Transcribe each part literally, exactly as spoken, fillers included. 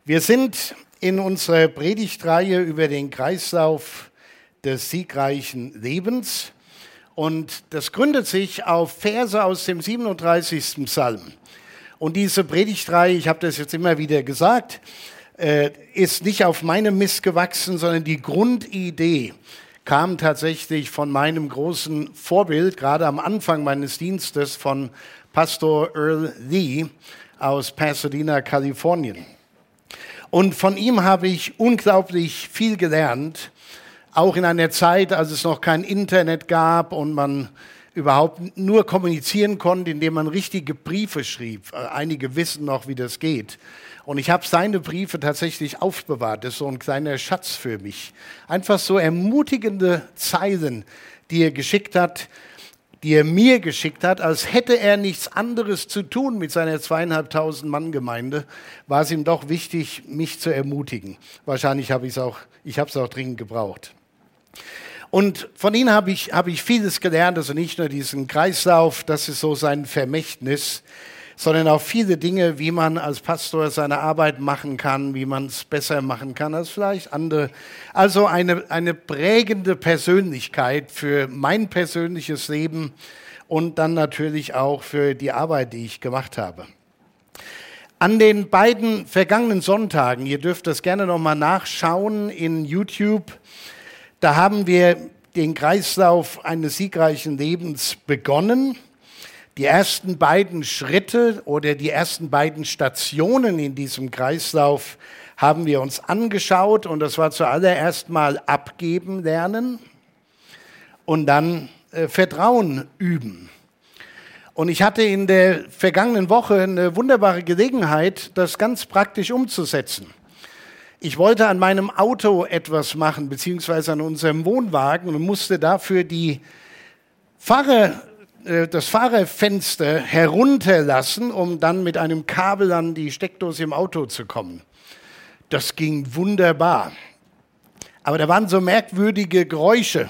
Wir sind in unserer Predigtreihe über den Kreislauf des siegreichen Lebens und das gründet sich auf Verse aus dem siebenunddreißigsten Psalm. Und diese Predigtreihe, ich habe das jetzt immer wieder gesagt, äh, ist nicht auf meinem Mist gewachsen, sondern die Grundidee kam tatsächlich von meinem großen Vorbild, gerade am Anfang meines Dienstes, von Pastor Earl Lee aus Pasadena, Kalifornien. Und von ihm habe ich unglaublich viel gelernt, auch in einer Zeit, als es noch kein Internet gab und man überhaupt nur kommunizieren konnte, indem man richtige Briefe schrieb. Einige wissen noch, wie das geht. Und ich habe seine Briefe tatsächlich aufbewahrt. Das ist so ein kleiner Schatz für mich. Einfach so ermutigende Zeilen, die er geschickt hat, die er mir geschickt hat, als hätte er nichts anderes zu tun mit seiner zweieinhalbtausend Mann Gemeinde, war es ihm doch wichtig, mich zu ermutigen. Wahrscheinlich habe ich es auch, ich habe es auch dringend gebraucht. Und von ihm habe ich, habe ich vieles gelernt, also nicht nur diesen Kreislauf, das ist so sein Vermächtnis, sondern auch viele Dinge, wie man als Pastor seine Arbeit machen kann, wie man es besser machen kann als vielleicht andere. Also eine, eine prägende Persönlichkeit für mein persönliches Leben und dann natürlich auch für die Arbeit, die ich gemacht habe. An den beiden vergangenen Sonntagen, ihr dürft das gerne nochmal nachschauen in YouTube, da haben wir den Kreislauf eines siegreichen Lebens begonnen. Die ersten beiden Schritte oder die ersten beiden Stationen in diesem Kreislauf haben wir uns angeschaut und das war zuallererst mal abgeben lernen und dann äh, Vertrauen üben. Und ich hatte in der vergangenen Woche eine wunderbare Gelegenheit, das ganz praktisch umzusetzen. Ich wollte an meinem Auto etwas machen, beziehungsweise an unserem Wohnwagen und musste dafür die Fahrer das Fahrerfenster herunterlassen, um dann mit einem Kabel an die Steckdose im Auto zu kommen. Das ging wunderbar. Aber da waren so merkwürdige Geräusche.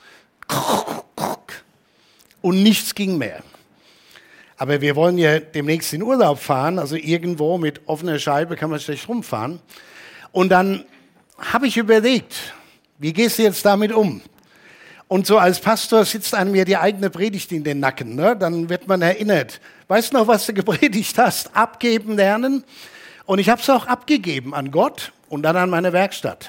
Und nichts ging mehr. Aber wir wollen ja demnächst in Urlaub fahren, also irgendwo mit offener Scheibe kann man schlecht rumfahren. Und dann habe ich überlegt, wie gehst du jetzt damit um? Und so als Pastor sitzt einem ja die eigene Predigt in den Nacken. Ne? Dann wird man erinnert. Weißt du noch, was du gepredigt hast? Abgeben lernen. Und ich habe es auch abgegeben an Gott und dann an meine Werkstatt.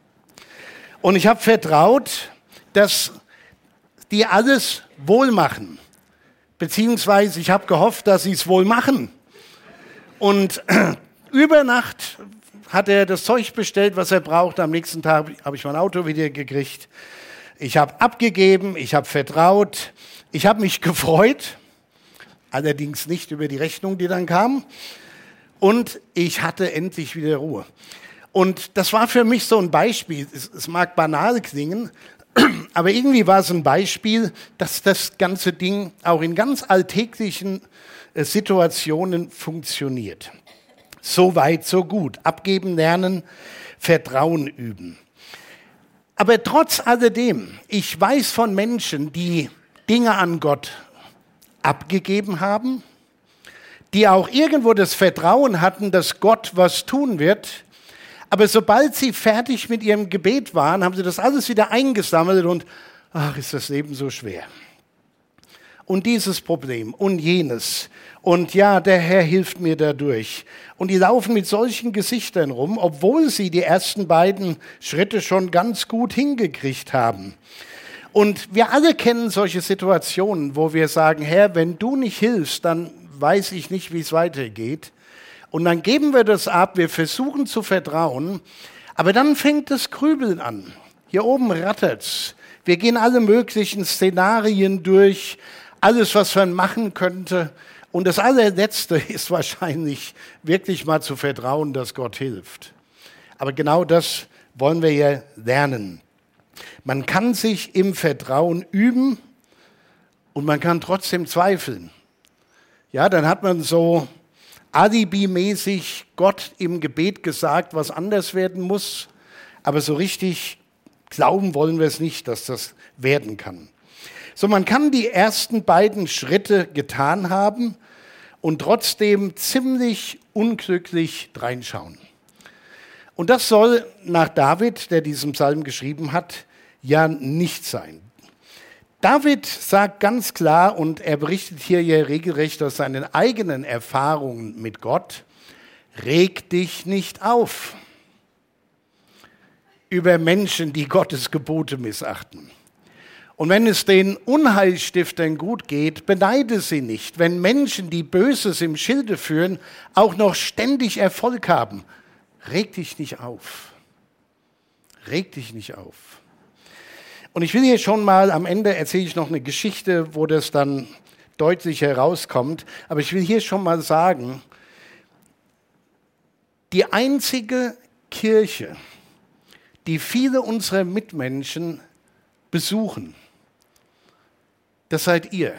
Und ich habe vertraut, dass die alles wohl machen. Beziehungsweise ich habe gehofft, dass sie es wohl machen. Und über Nacht hat er das Zeug bestellt, was er braucht. Am nächsten Tag habe ich mein Auto wieder gekriegt. Ich habe abgegeben, ich habe vertraut, ich habe mich gefreut, allerdings nicht über die Rechnung, die dann kam. Und ich hatte endlich wieder Ruhe. Und das war für mich so ein Beispiel. Es, es mag banal klingen, aber irgendwie war es ein Beispiel, dass das ganze Ding auch in ganz alltäglichen äh, Situationen funktioniert. So weit, so gut. Abgeben lernen, Vertrauen üben. Aber trotz alledem, ich weiß von Menschen, die Dinge an Gott abgegeben haben, die auch irgendwo das Vertrauen hatten, dass Gott was tun wird, aber sobald sie fertig mit ihrem Gebet waren, haben sie das alles wieder eingesammelt und ach, ist das Leben so schwer. Und dieses Problem und jenes. Und ja, der Herr hilft mir dadurch. Und die laufen mit solchen Gesichtern rum, obwohl sie die ersten beiden Schritte schon ganz gut hingekriegt haben. Und wir alle kennen solche Situationen, wo wir sagen, Herr, wenn du nicht hilfst, dann weiß ich nicht, wie es weitergeht. Und dann geben wir das ab, wir versuchen zu vertrauen, aber dann fängt das Grübeln an. Hier oben rattert's. Wir gehen alle möglichen Szenarien durch, alles, was man machen könnte. Und das allerletzte ist wahrscheinlich wirklich mal zu vertrauen, dass Gott hilft. Aber genau das wollen wir ja lernen. Man kann sich im Vertrauen üben und man kann trotzdem zweifeln. Ja, dann hat man so alibimäßig Gott im Gebet gesagt, was anders werden muss. Aber so richtig glauben wollen wir es nicht, dass das werden kann. So, man kann die ersten beiden Schritte getan haben und trotzdem ziemlich unglücklich reinschauen. Und das soll nach David, der diesen Psalm geschrieben hat, ja nicht sein. David sagt ganz klar, und er berichtet hier ja regelrecht aus seinen eigenen Erfahrungen mit Gott, reg dich nicht auf über Menschen, die Gottes Gebote missachten. Und wenn es den Unheilstiftern gut geht, beneide sie nicht. Wenn Menschen, die Böses im Schilde führen, auch noch ständig Erfolg haben, reg dich nicht auf. Reg dich nicht auf. Und ich will hier schon mal, am Ende erzähle ich noch eine Geschichte, wo das dann deutlich herauskommt. Aber ich will hier schon mal sagen, die einzige Kirche, die viele unserer Mitmenschen besuchen, das seid ihr.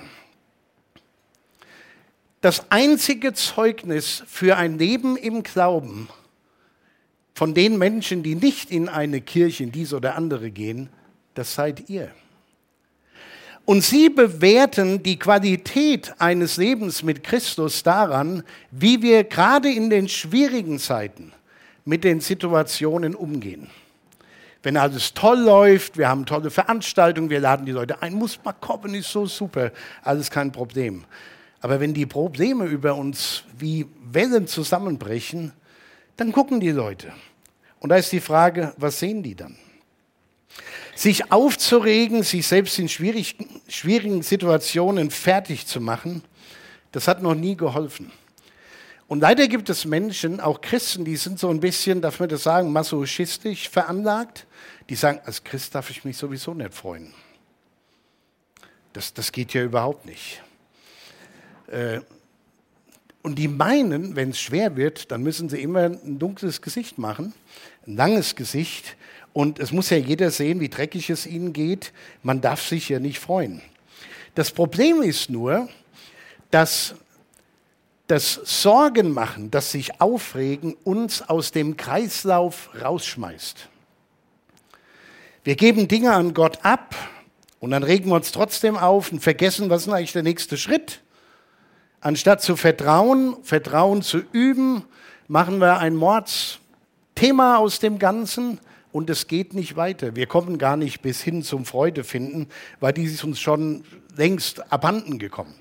Das einzige Zeugnis für ein Leben im Glauben von den Menschen, die nicht in eine Kirche, in diese oder andere gehen, das seid ihr. Und sie bewerten die Qualität eines Lebens mit Christus daran, wie wir gerade in den schwierigen Zeiten mit den Situationen umgehen. Wenn alles toll läuft, wir haben tolle Veranstaltungen, wir laden die Leute ein, muss mal kommen, ist so super, alles kein Problem. Aber wenn die Probleme über uns wie Wellen zusammenbrechen, dann gucken die Leute. Und da ist die Frage, was sehen die dann? Sich aufzuregen, sich selbst in schwierigen, schwierigen Situationen fertig zu machen, das hat noch nie geholfen. Und leider gibt es Menschen, auch Christen, die sind so ein bisschen, darf man das sagen, masochistisch veranlagt. Die sagen, als Christ darf ich mich sowieso nicht freuen. Das, das geht ja überhaupt nicht. Äh, und die meinen, wenn es schwer wird, dann müssen sie immer ein dunkles Gesicht machen, ein langes Gesicht. Und es muss ja jeder sehen, wie dreckig es ihnen geht. Man darf sich ja nicht freuen. Das Problem ist nur, dass das Sorgenmachen, das sich aufregen, uns aus dem Kreislauf rausschmeißt. Wir geben Dinge an Gott ab und dann regen wir uns trotzdem auf und vergessen, was ist eigentlich der nächste Schritt. Anstatt zu vertrauen, Vertrauen zu üben, machen wir ein Mordsthema aus dem Ganzen und es geht nicht weiter. Wir kommen gar nicht bis hin zum Freudefinden, weil die ist uns schon längst abhanden gekommen.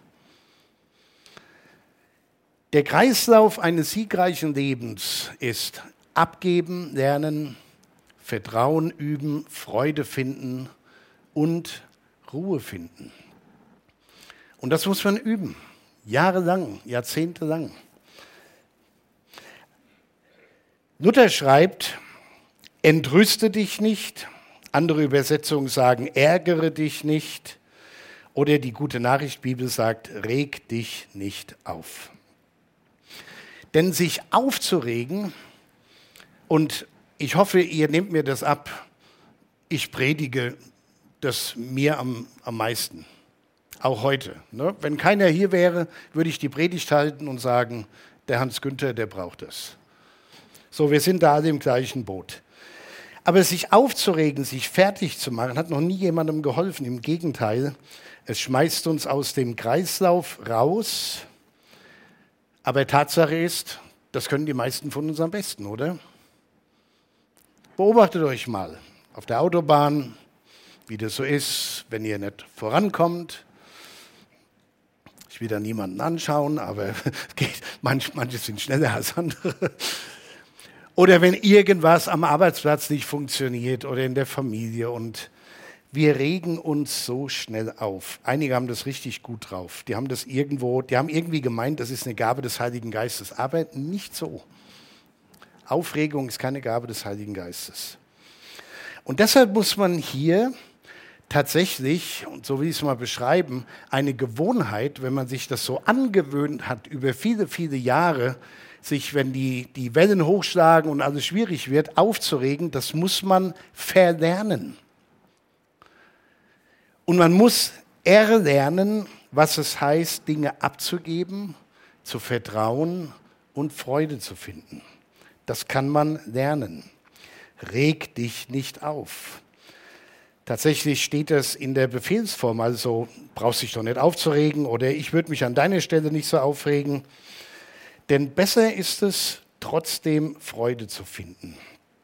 Der Kreislauf eines siegreichen Lebens ist abgeben, lernen, Vertrauen üben, Freude finden und Ruhe finden. Und das muss man üben, jahrelang, jahrzehntelang. Luther schreibt, entrüste dich nicht, andere Übersetzungen sagen, ärgere dich nicht, oder die Gute Nachricht Bibel sagt, reg dich nicht auf. Denn sich aufzuregen, und ich hoffe, ihr nehmt mir das ab, ich predige das mir am, am meisten, auch heute. Ne? Wenn keiner hier wäre, würde ich die Predigt halten und sagen, der Hans Günther, der braucht das. So, wir sind da alle im gleichen Boot. Aber sich aufzuregen, sich fertig zu machen, hat noch nie jemandem geholfen. Im Gegenteil, es schmeißt uns aus dem Kreislauf raus. Aber Tatsache ist, das können die meisten von uns am besten, oder? Beobachtet euch mal auf der Autobahn, wie das so ist, wenn ihr nicht vorankommt. Ich will da niemanden anschauen, aber geht, manche, manche sind schneller als andere. Oder wenn irgendwas am Arbeitsplatz nicht funktioniert oder in der Familie und wir regen uns so schnell auf. Einige haben das richtig gut drauf. Die haben das irgendwo, die haben irgendwie gemeint, das ist eine Gabe des Heiligen Geistes. Aber nicht so. Aufregung ist keine Gabe des Heiligen Geistes. Und deshalb muss man hier tatsächlich, und so will ich es mal beschreiben, eine Gewohnheit, wenn man sich das so angewöhnt hat, über viele, viele Jahre, sich, wenn die, die Wellen hochschlagen und alles schwierig wird, aufzuregen, das muss man verlernen. Und man muss erlernen, was es heißt, Dinge abzugeben, zu vertrauen und Freude zu finden. Das kann man lernen. Reg dich nicht auf. Tatsächlich steht das in der Befehlsform, also brauchst dich doch nicht aufzuregen oder ich würde mich an deiner Stelle nicht so aufregen. Denn besser ist es, trotzdem Freude zu finden.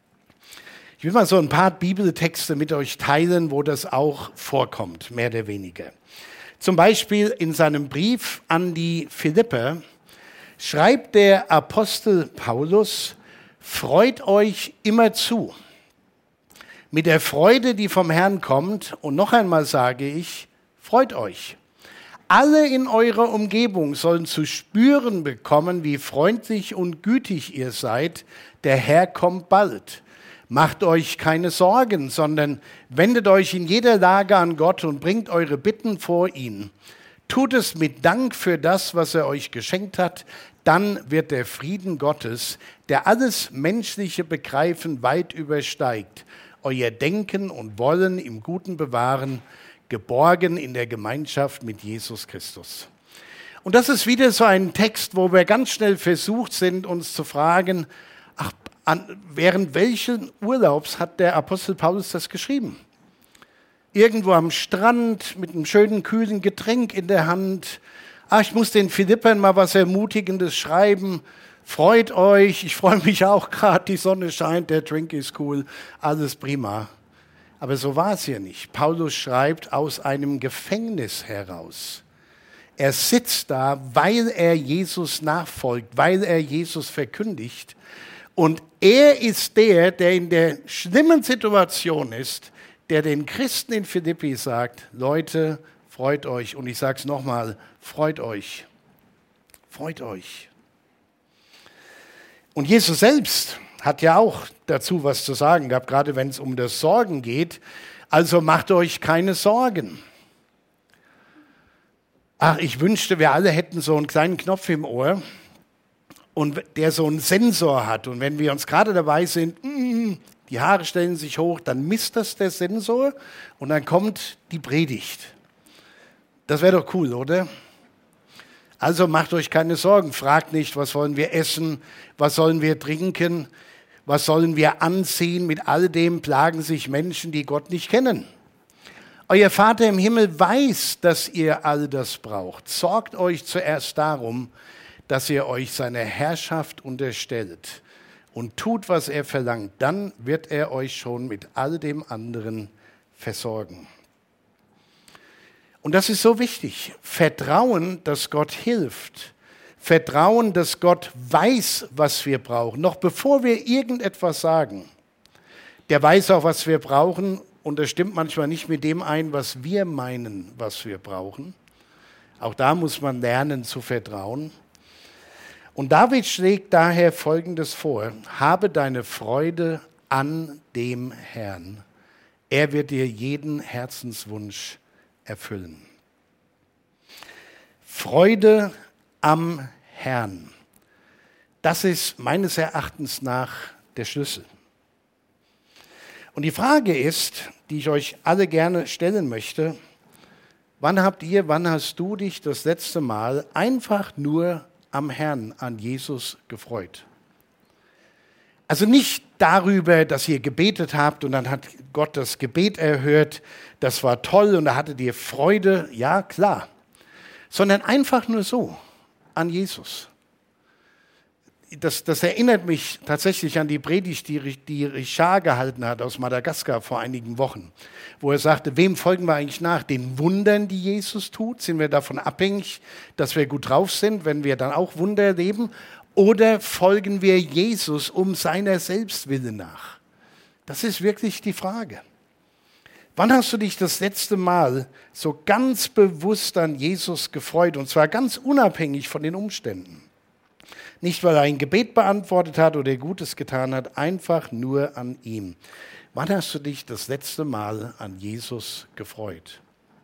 Ich will mal so ein paar Bibeltexte mit euch teilen, wo das auch vorkommt, mehr oder weniger. Zum Beispiel in seinem Brief an die Philipper schreibt der Apostel Paulus: Freut euch immer zu. Mit der Freude, die vom Herrn kommt, und noch einmal sage ich, freut euch. Alle in eurer Umgebung sollen zu spüren bekommen, wie freundlich und gütig ihr seid. Der Herr kommt bald. Macht euch keine Sorgen, sondern wendet euch in jeder Lage an Gott und bringt eure Bitten vor ihn. Tut es mit Dank für das, was er euch geschenkt hat. Dann wird der Frieden Gottes, der alles menschliche Begreifen weit übersteigt, euer Denken und Wollen im Guten bewahren, geborgen in der Gemeinschaft mit Jesus Christus. Und das ist wieder so ein Text, wo wir ganz schnell versucht sind, uns zu fragen, ach, an, während welchen Urlaubs hat der Apostel Paulus das geschrieben? Irgendwo am Strand mit einem schönen, kühlen Getränk in der Hand. Ach, ich muss den Philippern mal was Ermutigendes schreiben. Freut euch, ich freue mich auch gerade, die Sonne scheint, der Drink ist cool, alles prima. Aber so war es hier nicht. Paulus schreibt aus einem Gefängnis heraus. Er sitzt da, weil er Jesus nachfolgt, weil er Jesus verkündigt. Und er ist der, der in der schlimmen Situation ist, der den Christen in Philippi sagt, Leute, freut euch. Und ich sage es nochmal, freut euch. Freut euch. Und Jesus selbst hat ja auch dazu was zu sagen gehabt, gerade wenn es um das Sorgen geht. Also macht euch keine Sorgen. Ach, ich wünschte, wir alle hätten so einen kleinen Knopf im Ohr, und der so einen Sensor hat. Und wenn wir uns gerade dabei sind, mm, die Haare stellen sich hoch, dann misst das der Sensor und dann kommt die Predigt. Das wäre doch cool, oder? Also macht euch keine Sorgen. Fragt nicht, was wollen wir essen, was sollen wir trinken, was sollen wir anziehen. Mit all dem plagen sich Menschen, die Gott nicht kennen. Euer Vater im Himmel weiß, dass ihr all das braucht. Sorgt euch zuerst darum, dass ihr euch seiner Herrschaft unterstellt und tut, was er verlangt. Dann wird er euch schon mit all dem anderen versorgen. Und das ist so wichtig. Vertrauen, dass Gott hilft. Vertrauen, dass Gott weiß, was wir brauchen. Noch bevor wir irgendetwas sagen. Der weiß auch, was wir brauchen. Und das stimmt manchmal nicht mit dem ein, was wir meinen, was wir brauchen. Auch da muss man lernen zu vertrauen. Und David schlägt daher Folgendes vor: Habe deine Freude an dem Herrn. Er wird dir jeden Herzenswunsch erfüllen. Freude am Herrn. Das ist meines Erachtens nach der Schlüssel. Und die Frage ist, die ich euch alle gerne stellen möchte: Wann habt ihr, wann hast du dich das letzte Mal einfach nur am Herrn, an Jesus gefreut? Also nicht darüber, dass ihr gebetet habt und dann hat Gott das Gebet erhört, das war toll und da hattet ihr Freude, ja klar, sondern einfach nur so an Jesus. Das, das erinnert mich tatsächlich an die Predigt, die, die Richard gehalten hat aus Madagaskar vor einigen Wochen, wo er sagte, wem folgen wir eigentlich nach? Den Wundern, die Jesus tut? Sind wir davon abhängig, dass wir gut drauf sind, wenn wir dann auch Wunder erleben? Oder folgen wir Jesus um seiner selbst willen nach? Das ist wirklich die Frage. Wann hast du dich das letzte Mal so ganz bewusst an Jesus gefreut? Und zwar ganz unabhängig von den Umständen. Nicht, weil er ein Gebet beantwortet hat oder Gutes getan hat, einfach nur an ihm. Wann hast du dich das letzte Mal an Jesus gefreut?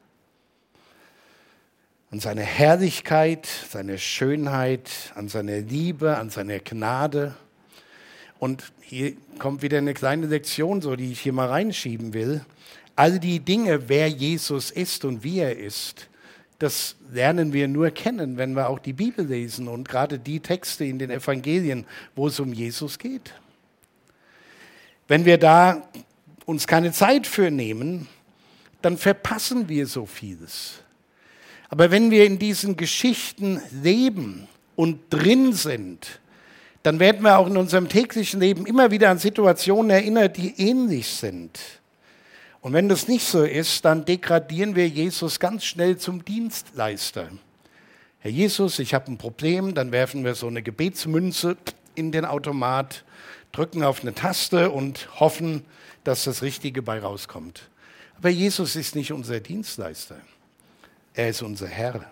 An seiner Herrlichkeit, seiner Schönheit, an seiner Liebe, an seiner Gnade. Und hier kommt wieder eine kleine Lektion, so die ich hier mal reinschieben will. All die Dinge, wer Jesus ist und wie er ist, das lernen wir nur kennen, wenn wir auch die Bibel lesen und gerade die Texte in den Evangelien, wo es um Jesus geht. Wenn wir da uns keine Zeit für nehmen, dann verpassen wir so vieles. Aber wenn wir in diesen Geschichten leben und drin sind, dann werden wir auch in unserem täglichen Leben immer wieder an Situationen erinnert, die ähnlich sind. Und wenn das nicht so ist, dann degradieren wir Jesus ganz schnell zum Dienstleister. Herr Jesus, ich habe ein Problem, dann werfen wir so eine Gebetsmünze in den Automat, drücken auf eine Taste und hoffen, dass das Richtige bei rauskommt. Aber Jesus ist nicht unser Dienstleister, er ist unser Herr.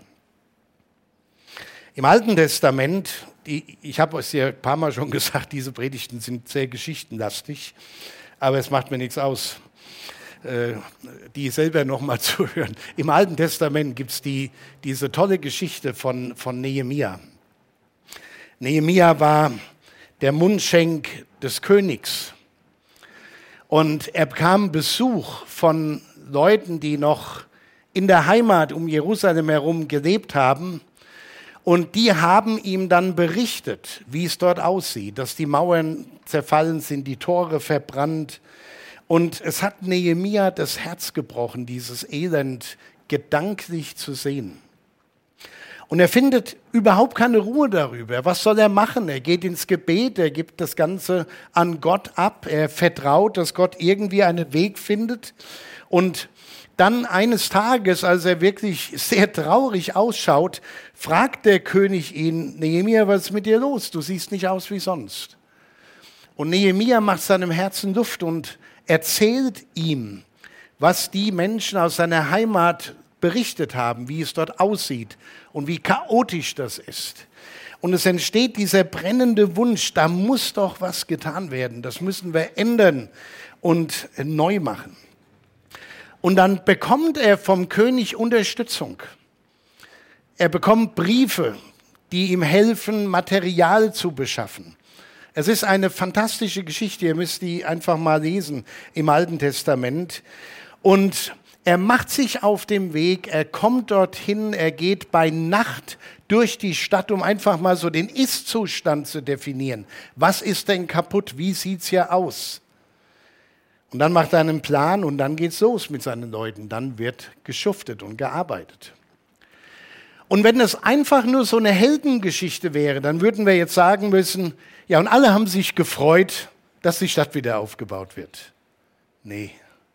Im Alten Testament, die, ich habe es ja ein paar Mal schon gesagt, diese Predigten sind sehr geschichtenlastig, aber es macht mir nichts aus, äh, die selber nochmal zu hören. Im Alten Testament gibt es die, diese tolle Geschichte von, von Nehemia. Nehemia war der Mundschenk des Königs und er bekam Besuch von Leuten, die noch in der Heimat um Jerusalem herum gelebt haben. Und die haben ihm dann berichtet, wie es dort aussieht, dass die Mauern zerfallen sind, die Tore verbrannt. Und es hat Nehemia das Herz gebrochen, dieses Elend gedanklich zu sehen. Und er findet überhaupt keine Ruhe darüber. Was soll er machen? Er geht ins Gebet, er gibt das Ganze an Gott ab, er vertraut, dass Gott irgendwie einen Weg findet. Und dann eines Tages, als er wirklich sehr traurig ausschaut, fragt der König ihn, Nehemia, was ist mit dir los? Du siehst nicht aus wie sonst. Und Nehemia macht seinem Herzen Luft und erzählt ihm, was die Menschen aus seiner Heimat berichtet haben, wie es dort aussieht und wie chaotisch das ist. Und es entsteht dieser brennende Wunsch, da muss doch was getan werden, das müssen wir ändern und neu machen. Und dann bekommt er vom König Unterstützung. Er bekommt Briefe, die ihm helfen, Material zu beschaffen. Es ist eine fantastische Geschichte, ihr müsst die einfach mal lesen im Alten Testament. Und er macht sich auf den Weg, er kommt dorthin, er geht bei Nacht durch die Stadt, um einfach mal so den Ist-Zustand zu definieren. Was ist denn kaputt? Wie sieht es hier aus? Und dann macht er einen Plan und dann geht's los mit seinen Leuten. Dann wird geschuftet und gearbeitet. Und wenn es einfach nur so eine Heldengeschichte wäre, dann würden wir jetzt sagen müssen, ja, und alle haben sich gefreut, dass die Stadt wieder aufgebaut wird. Nee.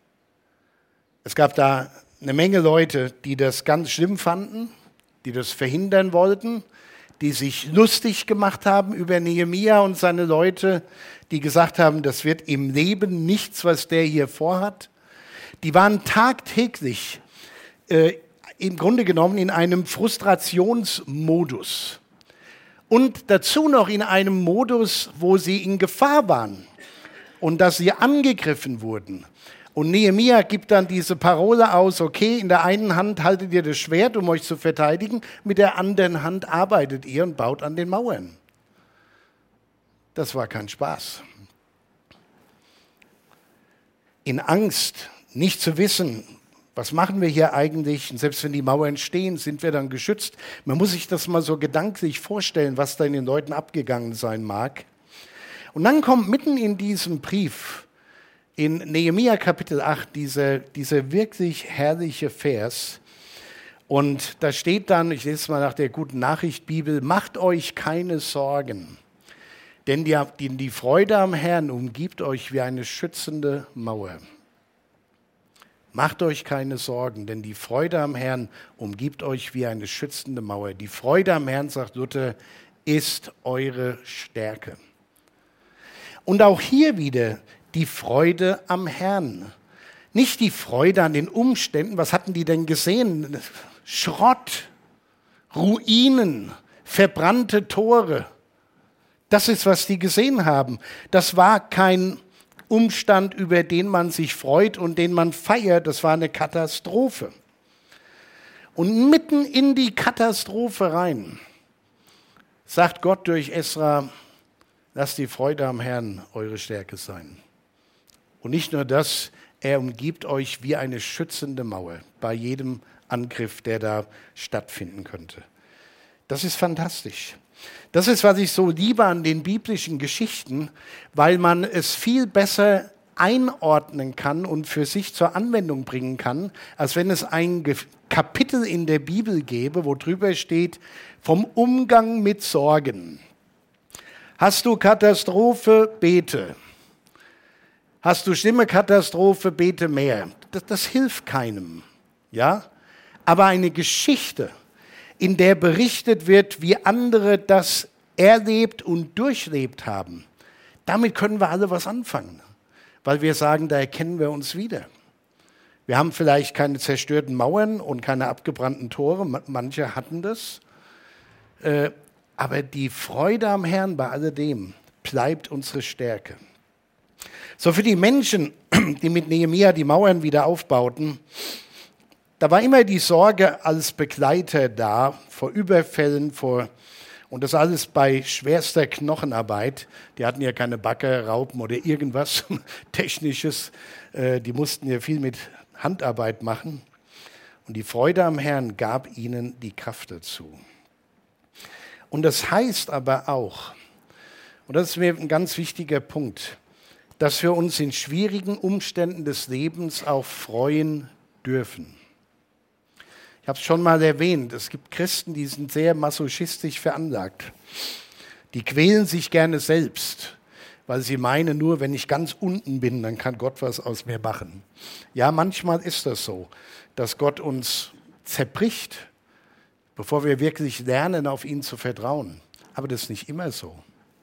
Es gab da eine Menge Leute, die das ganz schlimm fanden, die das verhindern wollten, die sich lustig gemacht haben über Nehemia und seine Leute, die gesagt haben, das wird im Leben nichts, was der hier vorhat. Die waren tagtäglich äh, im Grunde genommen in einem Frustrationsmodus. Und dazu noch in einem Modus, wo sie in Gefahr waren und dass sie angegriffen wurden. Und Nehemia gibt dann diese Parole aus, okay, in der einen Hand haltet ihr das Schwert, um euch zu verteidigen, mit der anderen Hand arbeitet ihr und baut an den Mauern. Das war kein Spaß. In Angst, nicht zu wissen, was machen wir hier eigentlich? Und selbst wenn die Mauern stehen, sind wir dann geschützt. Man muss sich das mal so gedanklich vorstellen, was da in den Leuten abgegangen sein mag. Und dann kommt mitten in diesem Brief, in Nehemia Kapitel acht, dieser, dieser wirklich herrliche Vers. Und da steht dann, ich lese es mal nach der Guten Nachricht Bibel, macht euch keine Sorgen, denn die, die, die Freude am Herrn umgibt euch wie eine schützende Mauer. Macht euch keine Sorgen, denn die Freude am Herrn umgibt euch wie eine schützende Mauer. Die Freude am Herrn, sagt Luther, ist eure Stärke. Und auch hier wieder die Freude am Herrn. Nicht die Freude an den Umständen. Was hatten die denn gesehen? Schrott, Ruinen, verbrannte Tore. Das ist, was die gesehen haben. Das war kein Umstand, über den man sich freut und den man feiert. Das war eine Katastrophe. Und mitten in die Katastrophe rein sagt Gott durch Esra, lasst die Freude am Herrn eure Stärke sein. Und nicht nur das, er umgibt euch wie eine schützende Mauer bei jedem Angriff, der da stattfinden könnte. Das ist fantastisch. Das ist, was ich so liebe an den biblischen Geschichten, weil man es viel besser einordnen kann und für sich zur Anwendung bringen kann, als wenn es ein Kapitel in der Bibel gäbe, wo drüber steht, vom Umgang mit Sorgen. Hast du Katastrophe, bete. Hast du schlimme Katastrophe, bete mehr. Das, das hilft keinem. Ja? Aber eine Geschichte, in der berichtet wird, wie andere das erlebt und durchlebt haben, damit können wir alle was anfangen. Weil wir sagen, da erkennen wir uns wieder. Wir haben vielleicht keine zerstörten Mauern und keine abgebrannten Tore, manche hatten das. Aber die Freude am Herrn bei alledem bleibt unsere Stärke. So für die Menschen, die mit Nehemia die Mauern wieder aufbauten, da war immer die Sorge als Begleiter da, vor Überfällen, vor, und das alles bei schwerster Knochenarbeit. Die hatten ja keine Bagger, Raupen oder irgendwas Technisches. Die mussten ja viel mit Handarbeit machen. Und die Freude am Herrn gab ihnen die Kraft dazu. Und das heißt aber auch, und das ist mir ein ganz wichtiger Punkt, dass wir uns in schwierigen Umständen des Lebens auch freuen dürfen. Ich habe es schon mal erwähnt, es gibt Christen, die sind sehr masochistisch veranlagt. Die quälen sich gerne selbst, weil sie meinen, nur wenn ich ganz unten bin, dann kann Gott was aus mir machen. Ja, manchmal ist das so, dass Gott uns zerbricht, bevor wir wirklich lernen, auf ihn zu vertrauen. Aber das ist nicht immer so.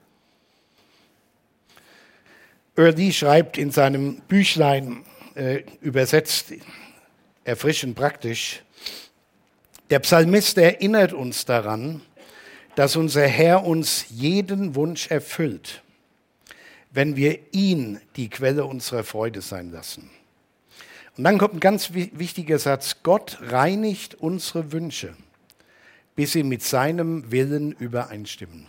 Early schreibt in seinem Büchlein, äh, übersetzt, erfrischend praktisch, der Psalmist erinnert uns daran, dass unser Herr uns jeden Wunsch erfüllt, wenn wir ihn die Quelle unserer Freude sein lassen. Und dann kommt ein ganz wichtiger Satz, Gott reinigt unsere Wünsche, bis sie mit seinem Willen übereinstimmen.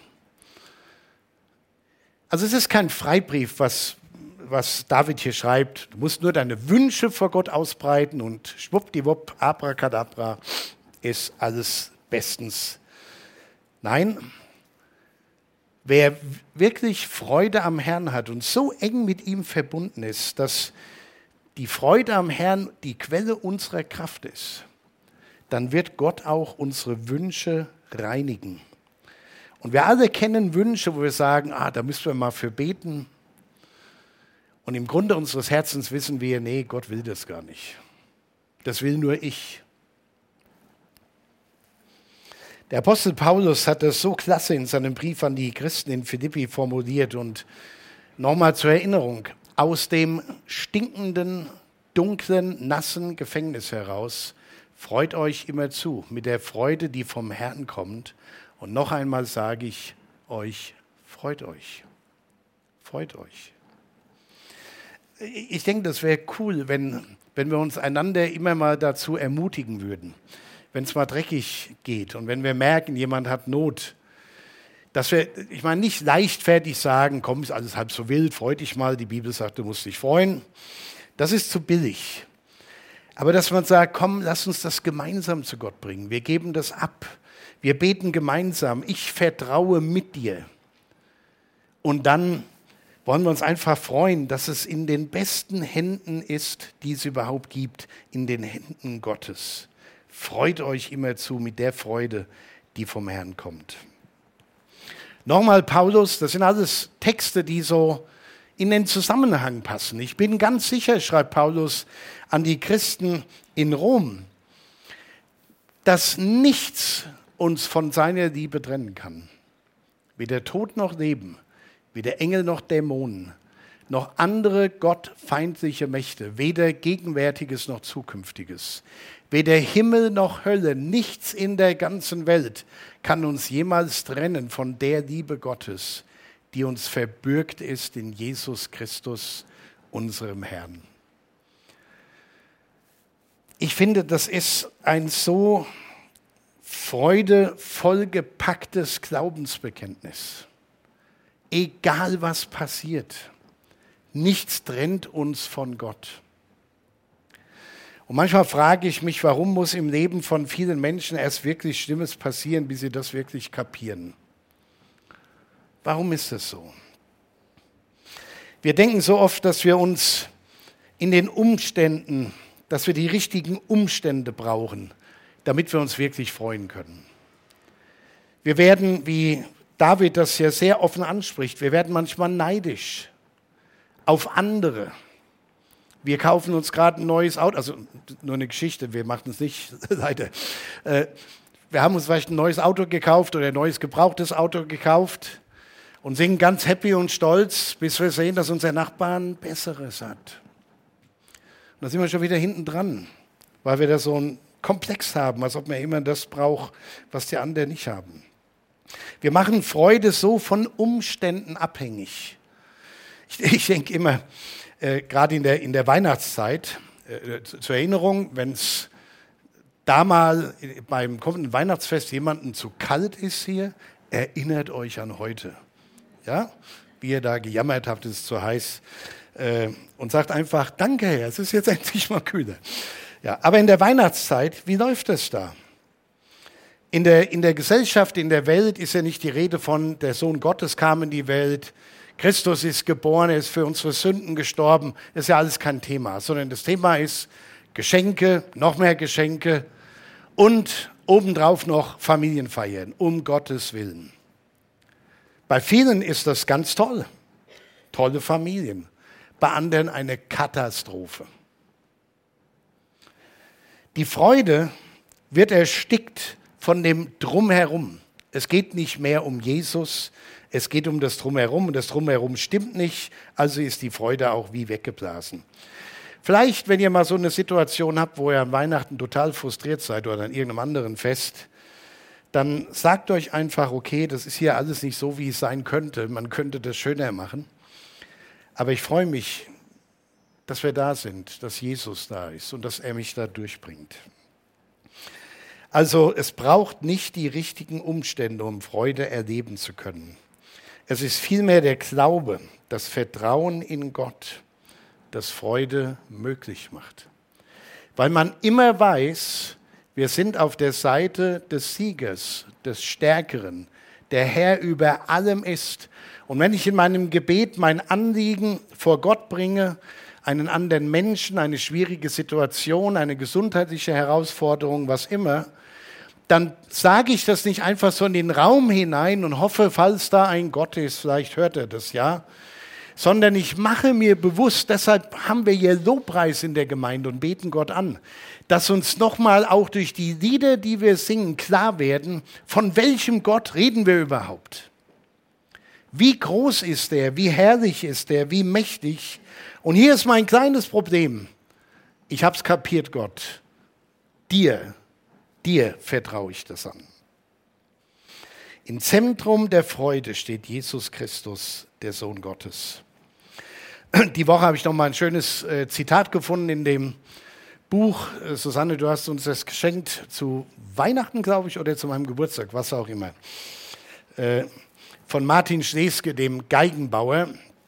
Also es ist kein Freibrief, was, was David hier schreibt. Du musst nur deine Wünsche vor Gott ausbreiten und schwuppdiwupp, abracadabra, ist alles bestens. Nein, wer wirklich Freude am Herrn hat und so eng mit ihm verbunden ist, dass die Freude am Herrn die Quelle unserer Kraft ist, dann wird Gott auch unsere Wünsche reinigen. Und wir alle kennen Wünsche, wo wir sagen, ah, da müssen wir mal für beten. Und im Grunde unseres Herzens wissen wir, nee, Gott will das gar nicht. Das will nur ich. Der Apostel Paulus hat das so klasse in seinem Brief an die Christen in Philippi formuliert. Und nochmal zur Erinnerung, aus dem stinkenden, dunklen, nassen Gefängnis heraus, freut euch immer zu, mit der Freude, die vom Herrn kommt. Und noch einmal sage ich euch, freut euch. Freut euch. Ich denke, das wäre cool, wenn, wenn wir uns einander immer mal dazu ermutigen würden, wenn es mal dreckig geht und wenn wir merken, jemand hat Not, dass wir, ich meine, nicht leichtfertig sagen, komm, ist alles halb so wild, freu dich mal, die Bibel sagt, du musst dich freuen. Das ist zu billig. Aber dass man sagt, komm, lass uns das gemeinsam zu Gott bringen. Wir geben das ab. Wir beten gemeinsam. Ich vertraue mit dir. Und dann wollen wir uns einfach freuen, dass es in den besten Händen ist, die es überhaupt gibt, in den Händen Gottes. Freut euch immer zu mit der Freude, die vom Herrn kommt. Nochmal Paulus, das sind alles Texte, die so in den Zusammenhang passen. Ich bin ganz sicher, schreibt Paulus an die Christen in Rom, dass nichts uns von seiner Liebe trennen kann. Weder Tod noch Leben, weder Engel noch Dämonen, noch andere gottfeindliche Mächte, weder Gegenwärtiges noch Zukünftiges, weder Himmel noch Hölle, nichts in der ganzen Welt kann uns jemals trennen von der Liebe Gottes, die uns verbürgt ist in Jesus Christus, unserem Herrn. Ich finde, das ist ein so freudevoll gepacktes Glaubensbekenntnis. Egal was passiert, nichts trennt uns von Gott. Und manchmal frage ich mich, warum muss im Leben von vielen Menschen erst wirklich Schlimmes passieren, bis sie das wirklich kapieren? Warum ist das so? Wir denken so oft, dass wir uns in den Umständen, dass wir die richtigen Umstände brauchen, damit wir uns wirklich freuen können. Wir werden, wie David das ja sehr offen anspricht. Wir werden manchmal neidisch auf andere. Wir kaufen uns gerade ein neues Auto, also nur eine Geschichte, wir machen es nicht, leider. Äh, wir haben uns vielleicht ein neues Auto gekauft oder ein neues gebrauchtes Auto gekauft und sind ganz happy und stolz, bis wir sehen, dass unser Nachbar ein besseres hat. Und da sind wir schon wieder hinten dran, weil wir da so einen Komplex haben, als ob man immer das braucht, was die anderen nicht haben. Wir machen Freude so von Umständen abhängig. Ich, ich denke immer, äh, gerade in der, in der Weihnachtszeit, äh, zur Erinnerung, wenn es da mal beim kommenden Weihnachtsfest jemandem zu kalt ist hier, erinnert euch an heute. Ja? Wie ihr da gejammert habt, es ist zu heiß. Äh, und sagt einfach, danke Herr, es ist jetzt endlich mal kühler. Ja, aber in der Weihnachtszeit, wie läuft das da? In der, in der Gesellschaft, in der Welt ist ja nicht die Rede von, der Sohn Gottes kam in die Welt, Christus ist geboren, er ist für unsere Sünden gestorben. Das ist ja alles kein Thema, sondern das Thema ist Geschenke, noch mehr Geschenke und obendrauf noch Familienfeiern, um Gottes Willen. Bei vielen ist das ganz toll, tolle Familien, bei anderen eine Katastrophe. Die Freude wird erstickt von dem Drumherum. Es geht nicht mehr um Jesus, es geht um das Drumherum und das Drumherum stimmt nicht, also ist die Freude auch wie weggeblasen. Vielleicht, wenn ihr mal so eine Situation habt, wo ihr an Weihnachten total frustriert seid oder an irgendeinem anderen Fest, dann sagt euch einfach, okay, das ist hier alles nicht so, wie es sein könnte, man könnte das schöner machen. Aber ich freue mich, dass wir da sind, dass Jesus da ist und dass er mich da durchbringt. Also es braucht nicht die richtigen Umstände, um Freude erleben zu können. Es ist vielmehr der Glaube, das Vertrauen in Gott, das Freude möglich macht. Weil man immer weiß, wir sind auf der Seite des Siegers, des Stärkeren, der Herr über allem ist. Und wenn ich in meinem Gebet mein Anliegen vor Gott bringe, einen anderen Menschen, eine schwierige Situation, eine gesundheitliche Herausforderung, was immer, dann sage ich das nicht einfach so in den Raum hinein und hoffe, falls da ein Gott ist, vielleicht hört er das, ja, sondern ich mache mir bewusst, deshalb haben wir hier Lobpreis in der Gemeinde und beten Gott an, dass uns nochmal auch durch die Lieder, die wir singen, klar werden, von welchem Gott reden wir überhaupt? Wie groß ist er, wie herrlich ist er, wie mächtig? Und hier ist mein kleines Problem. Ich habe es kapiert, Gott. Dir, dir vertraue ich das an. Im Zentrum der Freude steht Jesus Christus, der Sohn Gottes. Die Woche habe ich noch mal ein schönes äh, Zitat gefunden in dem Buch. Äh, Susanne, du hast uns das geschenkt zu Weihnachten, glaube ich, oder zu meinem Geburtstag, was auch immer. Äh, von Martin Schleske, dem Geigenbauer.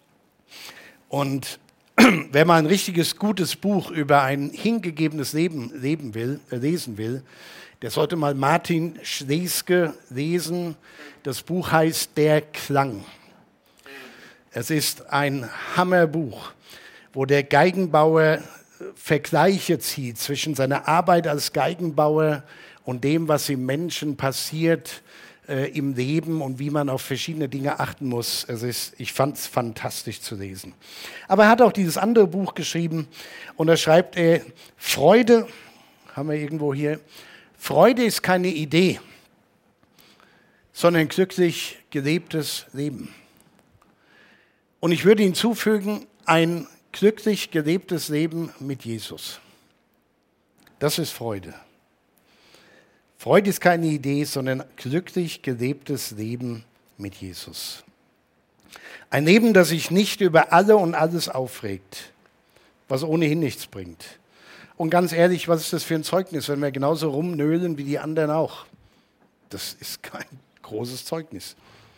Und wer mal ein richtiges, gutes Buch über ein hingegebenes Leben, leben will, äh, lesen will, der sollte mal Martin Schleske lesen. Das Buch heißt Der Klang. Es ist ein Hammerbuch, wo der Geigenbauer Vergleiche zieht zwischen seiner Arbeit als Geigenbauer und dem, was im Menschen passiert äh, im Leben und wie man auf verschiedene Dinge achten muss. Es ist, ich fand es fantastisch zu lesen. Aber er hat auch dieses andere Buch geschrieben und da schreibt er, Freude, haben wir irgendwo hier, Freude ist keine Idee, sondern glücklich gelebtes Leben. Und ich würde hinzufügen, ein glücklich gelebtes Leben mit Jesus. Das ist Freude. Freude ist keine Idee, sondern glücklich gelebtes Leben mit Jesus. Ein Leben, das sich nicht über alle und alles aufregt, was ohnehin nichts bringt. Und ganz ehrlich, was ist das für ein Zeugnis, wenn wir genauso rumnölen wie die anderen auch? Das ist kein großes Zeugnis.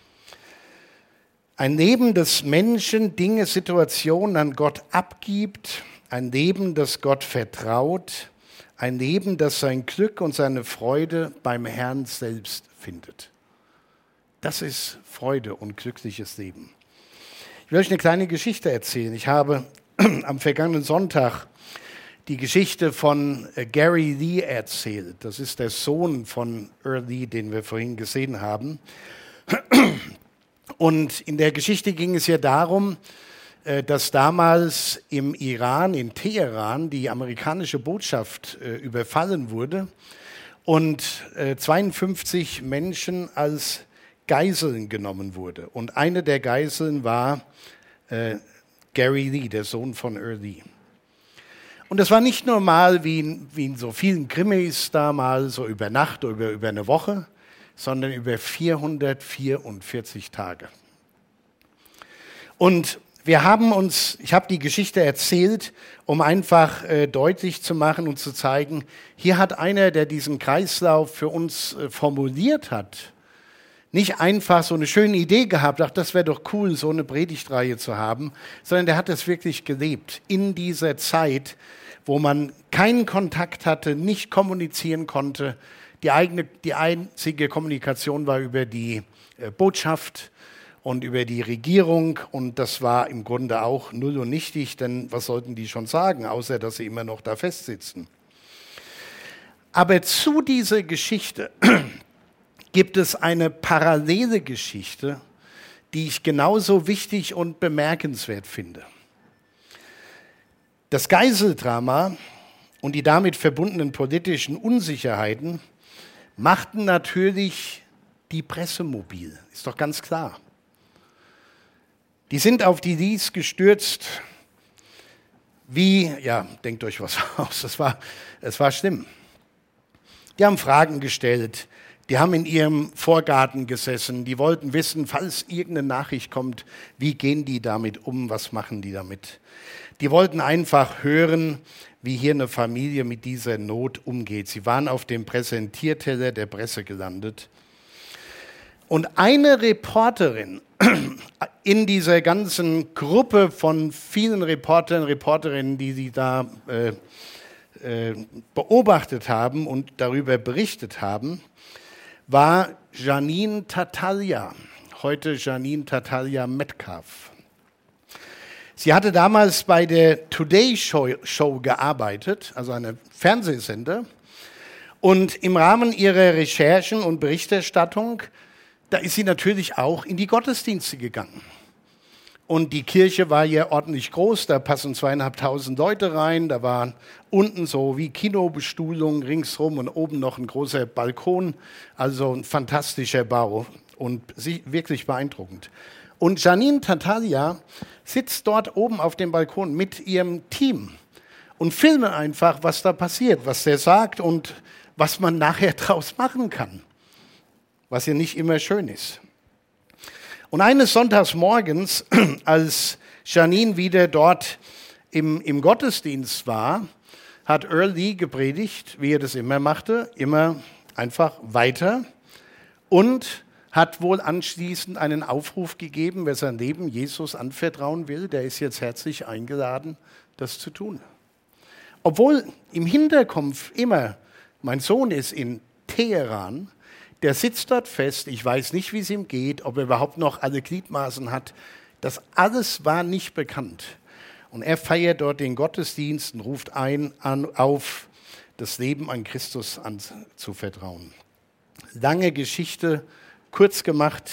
Ein Leben, das Menschen, Dinge, Situationen an Gott abgibt. Ein Leben, das Gott vertraut. Ein Leben, das sein Glück und seine Freude beim Herrn selbst findet. Das ist Freude und glückliches Leben. Ich will euch eine kleine Geschichte erzählen. Ich habe am vergangenen Sonntag die Geschichte von Gary Lee erzählt. Das ist der Sohn von Earl Lee, den wir vorhin gesehen haben. Und in der Geschichte ging es ja darum, dass damals im Iran, in Teheran, die amerikanische Botschaft überfallen wurde und zweiundfünfzig Menschen als Geiseln genommen wurde. Und eine der Geiseln war äh, Gary Lee, der Sohn von Earl Lee. Und das war nicht normal wie in, wie in so vielen Krimis damals, so über Nacht oder über, über eine Woche, sondern über vierhundertvierundvierzig Tage. Und wir haben uns, ich habe die Geschichte erzählt, um einfach äh, deutlich zu machen und zu zeigen, hier hat einer, der diesen Kreislauf für uns äh, formuliert hat, nicht einfach so eine schöne Idee gehabt, ach, das wäre doch cool, so eine Predigtreihe zu haben, sondern der hat es wirklich gelebt. In dieser Zeit, wo man keinen Kontakt hatte, nicht kommunizieren konnte, die, eigene, die einzige Kommunikation war über die äh, Botschaft und über die Regierung, und das war im Grunde auch null und nichtig, denn was sollten die schon sagen, außer dass sie immer noch da festsitzen. Aber zu dieser Geschichte gibt es eine parallele Geschichte, die ich genauso wichtig und bemerkenswert finde. Das Geiseldrama und die damit verbundenen politischen Unsicherheiten machten natürlich die Presse mobil, ist doch ganz klar. Die sind auf die Lees gestürzt, wie, ja, denkt euch was aus, es war, es war schlimm. Die haben Fragen gestellt, die haben in ihrem Vorgarten gesessen, die wollten wissen, falls irgendeine Nachricht kommt, wie gehen die damit um, was machen die damit. Die wollten einfach hören, wie hier eine Familie mit dieser Not umgeht. Sie waren auf dem Präsentierteller der Presse gelandet. Und eine Reporterin in dieser ganzen Gruppe von vielen Reportern, Reporterinnen, die sie da äh, äh, beobachtet haben und darüber berichtet haben, war Janine Tartaglia, heute Janine Tartaglia Metcalf. Sie hatte damals bei der Today Show, Show gearbeitet, also einem Fernsehsender, und im Rahmen ihrer Recherchen und Berichterstattung, da ist sie natürlich auch in die Gottesdienste gegangen. Und die Kirche war ja ordentlich groß, da passen zweieinhalbtausend Leute rein, da waren unten so wie Kinobestuhlung ringsrum und oben noch ein großer Balkon, also ein fantastischer Bau und wirklich beeindruckend. Und Janine Tartaglia sitzt dort oben auf dem Balkon mit ihrem Team und filmt einfach, was da passiert, was der sagt und was man nachher draus machen kann, was ja nicht immer schön ist. Und eines Sonntagsmorgens, als Janine wieder dort im, im Gottesdienst war, hat Earl Lee gepredigt, wie er das immer machte, immer einfach weiter, und hat wohl anschließend einen Aufruf gegeben, wer sein Leben Jesus anvertrauen will, der ist jetzt herzlich eingeladen, das zu tun. Obwohl im Hinterkopf immer, mein Sohn ist in Teheran, der sitzt dort fest, ich weiß nicht, wie es ihm geht, ob er überhaupt noch alle Gliedmaßen hat. Das alles war nicht bekannt. Und er feiert dort den Gottesdienst und ruft ein, an, auf, das Leben an Christus anzuvertrauen. Lange Geschichte, kurz gemacht.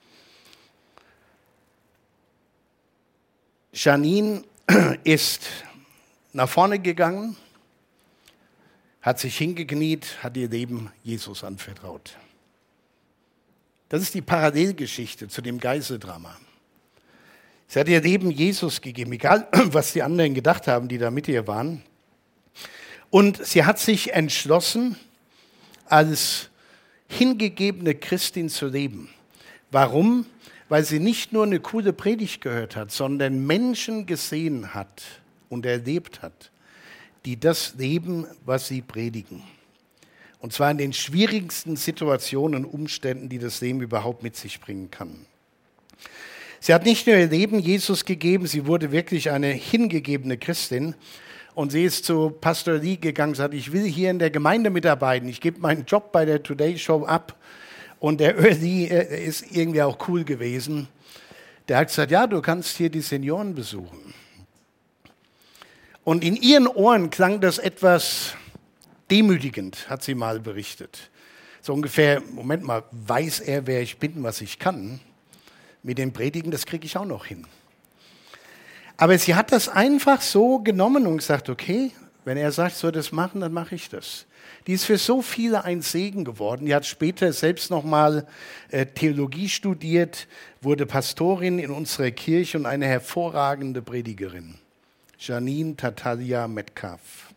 Janine ist nach vorne gegangen, hat sich hingekniet, hat ihr Leben Jesus anvertraut. Das ist die Parallelgeschichte zu dem Geiseldrama. Sie hat ihr Leben Jesus gegeben, egal was die anderen gedacht haben, die da mit ihr waren. Und sie hat sich entschlossen, als hingegebene Christin zu leben. Warum? Weil sie nicht nur eine coole Predigt gehört hat, sondern Menschen gesehen hat und erlebt hat, die das leben, was sie predigen. Und zwar in den schwierigsten Situationen und Umständen, die das Leben überhaupt mit sich bringen kann. Sie hat nicht nur ihr Leben Jesus gegeben, sie wurde wirklich eine hingegebene Christin. Und sie ist zu Pastor Lee gegangen und sagt, ich will hier in der Gemeinde mitarbeiten, ich gebe meinen Job bei der Today Show ab. Und der Earl Lee ist irgendwie auch cool gewesen. Der hat gesagt, ja, du kannst hier die Senioren besuchen. Und in ihren Ohren klang das etwas demütigend, hat sie mal berichtet. So ungefähr, Moment mal, weiß er, wer ich bin, was ich kann? Mit dem Predigen, das kriege ich auch noch hin. Aber sie hat das einfach so genommen und gesagt, okay, wenn er sagt, ich soll das machen, dann mache ich das. Die ist für so viele ein Segen geworden. Die hat später selbst nochmal äh, Theologie studiert, wurde Pastorin in unserer Kirche und eine hervorragende Predigerin. Janine Tatalia Metcalf.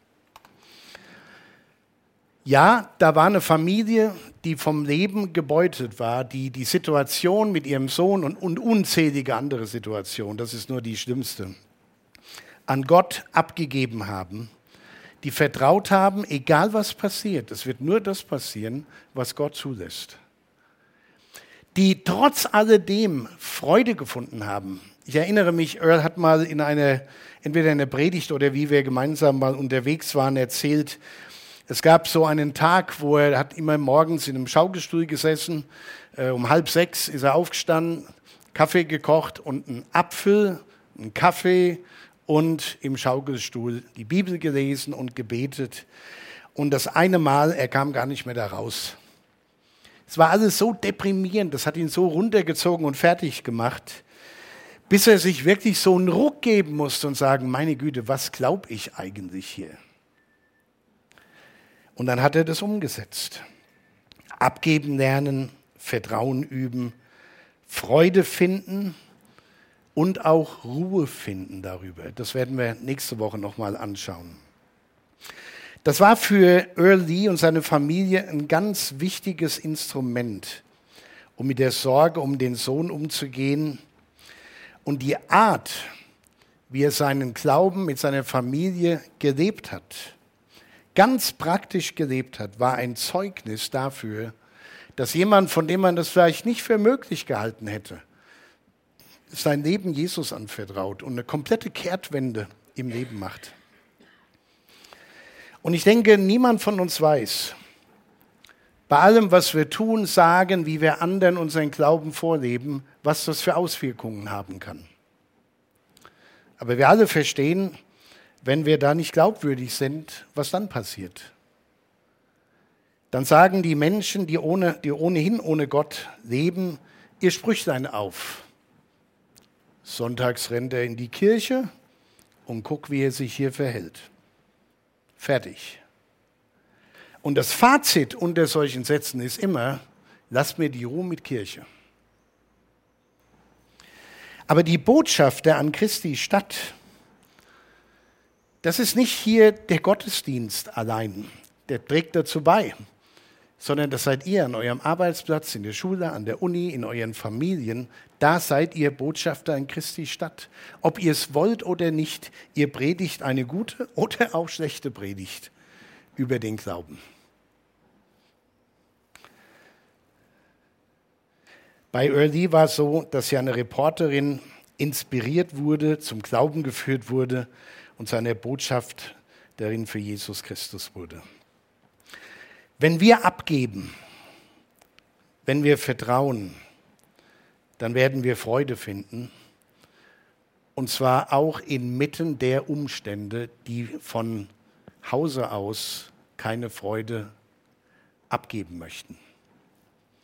Ja, da war eine Familie, die vom Leben gebeutelt war, die die Situation mit ihrem Sohn und, und unzählige andere Situationen, das ist nur die schlimmste, an Gott abgegeben haben, die vertraut haben, egal was passiert, es wird nur das passieren, was Gott zulässt. Die trotz alledem Freude gefunden haben. Ich erinnere mich, Earl hat mal in einer, entweder in einer Predigt oder wie wir gemeinsam mal unterwegs waren, erzählt, es gab so einen Tag, wo er hat immer morgens in einem Schaukelstuhl gesessen, äh, um halb sechs ist er aufgestanden, Kaffee gekocht und einen Apfel, einen Kaffee und im Schaukelstuhl die Bibel gelesen und gebetet. Und das eine Mal, er kam gar nicht mehr da raus. Es war alles so deprimierend, das hat ihn so runtergezogen und fertig gemacht, bis er sich wirklich so einen Ruck geben musste und sagen, meine Güte, was glaube ich eigentlich hier? Und dann hat er das umgesetzt. Abgeben lernen, Vertrauen üben, Freude finden und auch Ruhe finden darüber. Das werden wir nächste Woche nochmal anschauen. Das war für Earl Lee und seine Familie ein ganz wichtiges Instrument, um mit der Sorge um den Sohn umzugehen. Und die Art, wie er seinen Glauben mit seiner Familie gelebt hat, ganz praktisch gelebt hat, war ein Zeugnis dafür, dass jemand, von dem man das vielleicht nicht für möglich gehalten hätte, sein Leben Jesus anvertraut und eine komplette Kehrtwende im Leben macht. Und ich denke, niemand von uns weiß, bei allem, was wir tun, sagen, wie wir anderen unseren Glauben vorleben, was das für Auswirkungen haben kann. Aber wir alle verstehen, wenn wir da nicht glaubwürdig sind, was dann passiert. Dann sagen die Menschen, die, ohne, die ohnehin ohne Gott leben, ihr Sprüchlein auf. Sonntags rennt er in die Kirche und guckt, wie er sich hier verhält. Fertig. Und das Fazit unter solchen Sätzen ist immer, lasst mir die Ruhe mit Kirche. Aber die Botschafter an Christi Stadt, das ist nicht hier der Gottesdienst allein, der trägt dazu bei, sondern das seid ihr an eurem Arbeitsplatz, in der Schule, an der Uni, in euren Familien. Da seid ihr Botschafter in Christi Stadt. Ob ihr es wollt oder nicht, ihr predigt eine gute oder auch schlechte Predigt über den Glauben. Bei Earl Lee war es so, dass ja eine Reporterin inspiriert wurde, zum Glauben geführt wurde und seine Botschaft darin für Jesus Christus wurde. Wenn wir abgeben, wenn wir vertrauen, dann werden wir Freude finden. Und zwar auch inmitten der Umstände, die von Hause aus keine Freude abgeben möchten.